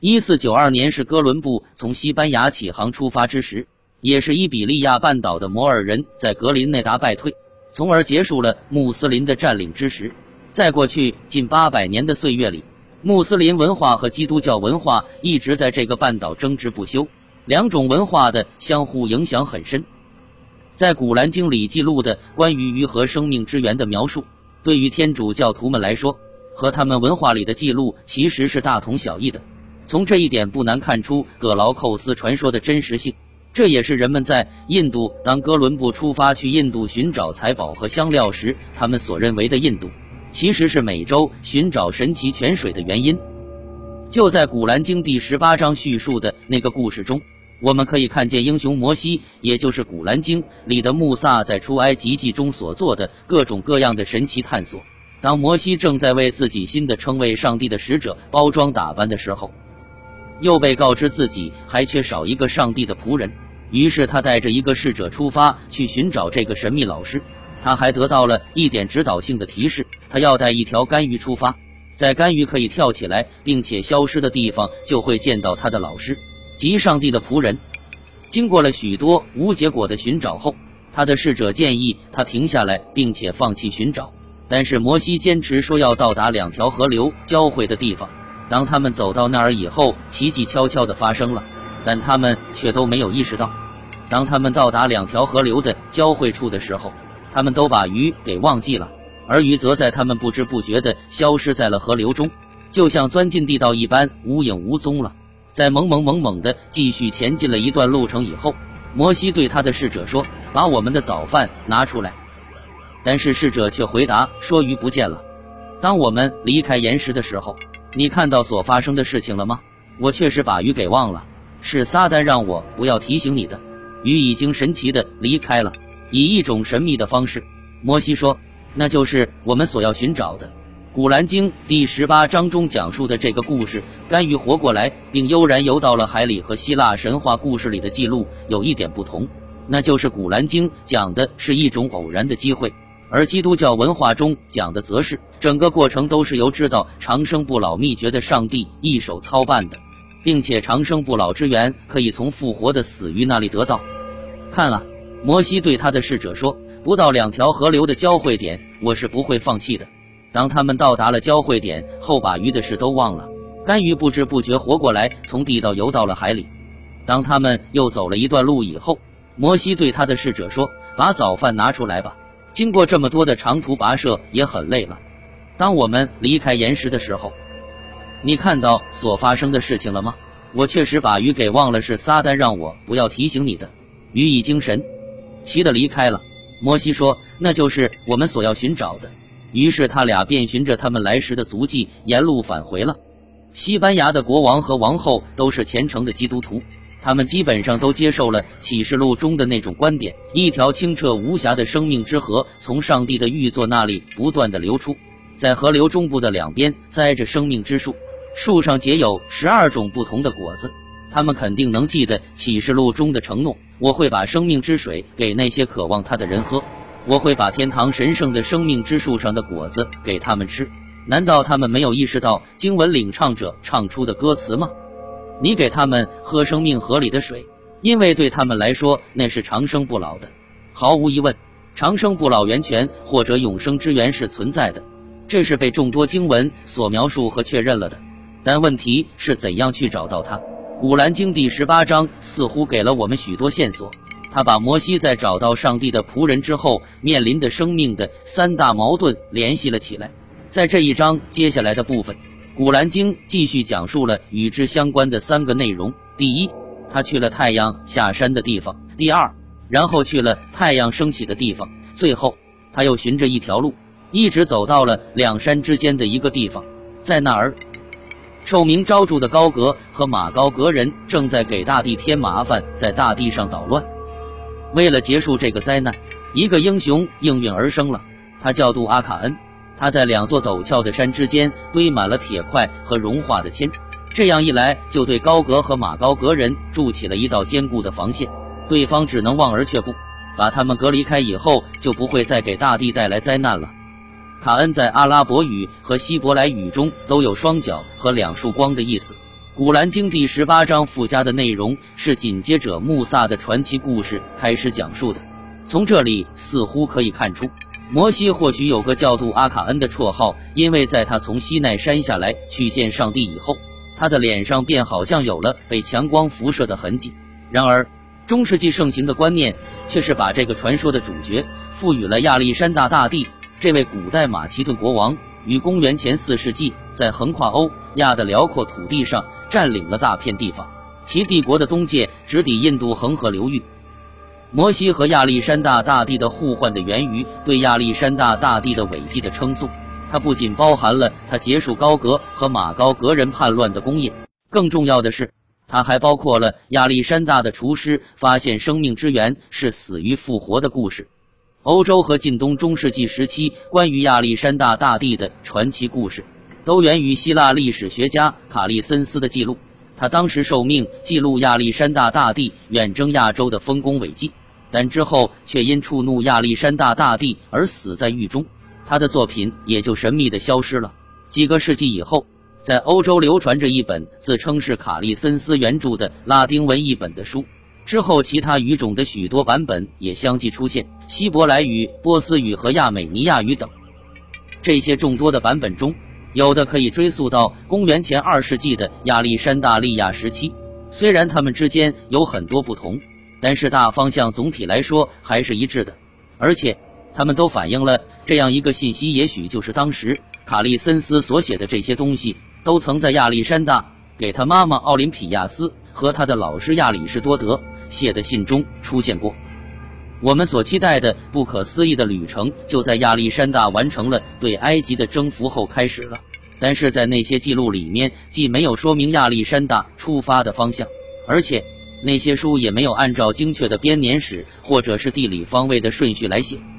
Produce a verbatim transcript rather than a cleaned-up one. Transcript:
一四九二年是哥伦布从西班牙起航出发之时，也是伊比利亚半岛的摩尔人在格林内达败退，从而结束了穆斯林的占领之时。在过去近八百年的岁月里，穆斯林文化和基督教文化一直在这个半岛争执不休，两种文化的相互影响很深。在古兰经里记录的关于鱼和生命之源的描述，对于天主教徒们来说，和他们文化里的记录其实是大同小异的。从这一点不难看出葛劳寇斯传说的真实性，这也是人们在印度当哥伦布出发去印度寻找财宝和香料时，他们所认为的印度其实是美洲寻找神奇泉水的原因。就在古兰经第十八章叙述的那个故事中，我们可以看见英雄摩西，也就是古兰经里的穆萨在出埃及记中所做的各种各样的神奇探索。当摩西正在为自己新的称为上帝的使者包装打扮的时候，又被告知自己还缺少一个上帝的仆人，于是他带着一个侍者出发去寻找这个神秘老师。他还得到了一点指导性的提示，他要带一条干鱼出发，在干鱼可以跳起来并且消失的地方就会见到他的老师，即上帝的仆人。经过了许多无结果的寻找后，他的侍者建议他停下来并且放弃寻找，但是摩西坚持说要到达两条河流交汇的地方。当他们走到那儿以后，奇迹悄悄地发生了，但他们却都没有意识到，当他们到达两条河流的交汇处的时候，他们都把鱼给忘记了，而鱼则在他们不知不觉地消失在了河流中，就像钻进地道一般无影无踪了。在猛猛猛猛地继续前进了一段路程以后，摩西对他的侍者说，把我们的早饭拿出来。但是侍者却回答说，鱼不见了。当我们离开岩石的时候，你看到所发生的事情了吗？我确实把鱼给忘了，是撒旦让我不要提醒你的。鱼已经神奇地离开了，以一种神秘的方式。摩西说，那就是我们所要寻找的。古兰经第十八章中讲述的这个故事，干鱼活过来并悠然游到了海里，和希腊神话故事里的记录有一点不同，那就是古兰经讲的是一种偶然的机会，而基督教文化中讲的则是整个过程都是由知道长生不老秘诀的上帝一手操办的，并且长生不老之源可以从复活的死鱼那里得到。看啊，摩西对他的侍者说，不到两条河流的交汇点，我是不会放弃的。当他们到达了交汇点后，把鱼的事都忘了，干鱼不知不觉活过来，从地道游到了海里。当他们又走了一段路以后，摩西对他的侍者说，把早饭拿出来吧，经过这么多的长途跋涉也很累了。当我们离开岩石的时候，你看到所发生的事情了吗？我确实把鱼给忘了，是撒旦让我不要提醒你的。鱼已经神奇地离开了。摩西说，那就是我们所要寻找的。于是他俩便循着他们来时的足迹沿路返回了。西班牙的国王和王后都是虔诚的基督徒，他们基本上都接受了启示录中的那种观点，一条清澈无瑕的生命之河从上帝的御座那里不断地流出，在河流中部的两边栽着生命之树，树上结有十二种不同的果子。他们肯定能记得启示录中的承诺，我会把生命之水给那些渴望它的人喝，我会把天堂神圣的生命之树上的果子给他们吃。难道他们没有意识到经文领唱者唱出的歌词吗？你给他们喝生命河里的水，因为对他们来说那是长生不老的。毫无疑问，长生不老源泉或者永生之源是存在的，这是被众多经文所描述和确认了的。但问题是怎样去找到它？古兰经第十八章似乎给了我们许多线索。他把摩西在找到上帝的仆人之后面临的生命的三大矛盾联系了起来。在这一章接下来的部分，古兰经继续讲述了与之相关的三个内容。第一，他去了太阳下山的地方；第二，然后去了太阳升起的地方；最后，他又循着一条路，一直走到了两山之间的一个地方。在那儿，臭名昭著的高格和马高格人正在给大地添麻烦，在大地上捣乱。为了结束这个灾难，一个英雄应运而生了，他叫杜阿卡恩。他在两座陡峭的山之间堆满了铁块和融化的铅，这样一来就对高格和马高格人筑起了一道坚固的防线，对方只能望而却步，把他们隔离开以后，就不会再给大地带来灾难了。卡恩在阿拉伯语和希伯来语中都有双脚和两束光的意思， 古兰经第十八章附加的内容是紧接着穆萨的传奇故事开始讲述的。从这里似乎可以看出，摩西或许有个叫杜阿卡恩的绰号，因为在他从西奈山下来去见上帝以后，他的脸上便好像有了被强光辐射的痕迹。然而中世纪盛行的观念却是把这个传说的主角赋予了亚历山大大帝，这位古代马其顿国王于公元前四世纪在横跨欧亚的辽阔土地上占领了大片地方，其帝国的东界直抵印度恒河流域。摩西和亚历山大大帝的互换的源于对亚历山大大帝的伟绩的称颂，它不仅包含了他结束高格和马高格人叛乱的功业，更重要的是它还包括了亚历山大的厨师发现生命之源是死于复活的故事。欧洲和近东中世纪时期关于亚历山大大帝的传奇故事都源于希腊历史学家卡利森斯的记录，他当时受命记录亚历山大大帝远征亚洲的丰功伟绩，但之后却因触怒亚历山大大帝而死在狱中，他的作品也就神秘地消失了。几个世纪以后，在欧洲流传着一本自称是卡利森斯原著的拉丁文译本的书，之后其他语种的许多版本也相继出现，希伯来语、波斯语和亚美尼亚语等。这些众多的版本中，有的可以追溯到公元前二世纪的亚历山大利亚时期，虽然它们之间有很多不同，但是大方向总体来说还是一致的，而且它们都反映了这样一个信息，也许就是当时卡利森斯所写的这些东西都曾在亚历山大给他妈妈奥林匹亚斯和他的老师亚里士多德写的信中出现过。我们所期待的不可思议的旅程就在亚历山大完成了对埃及的征服后开始了，但是在那些记录里面既没有说明亚历山大出发的方向，而且那些书也没有按照精确的编年史或者是地理方位的顺序来写。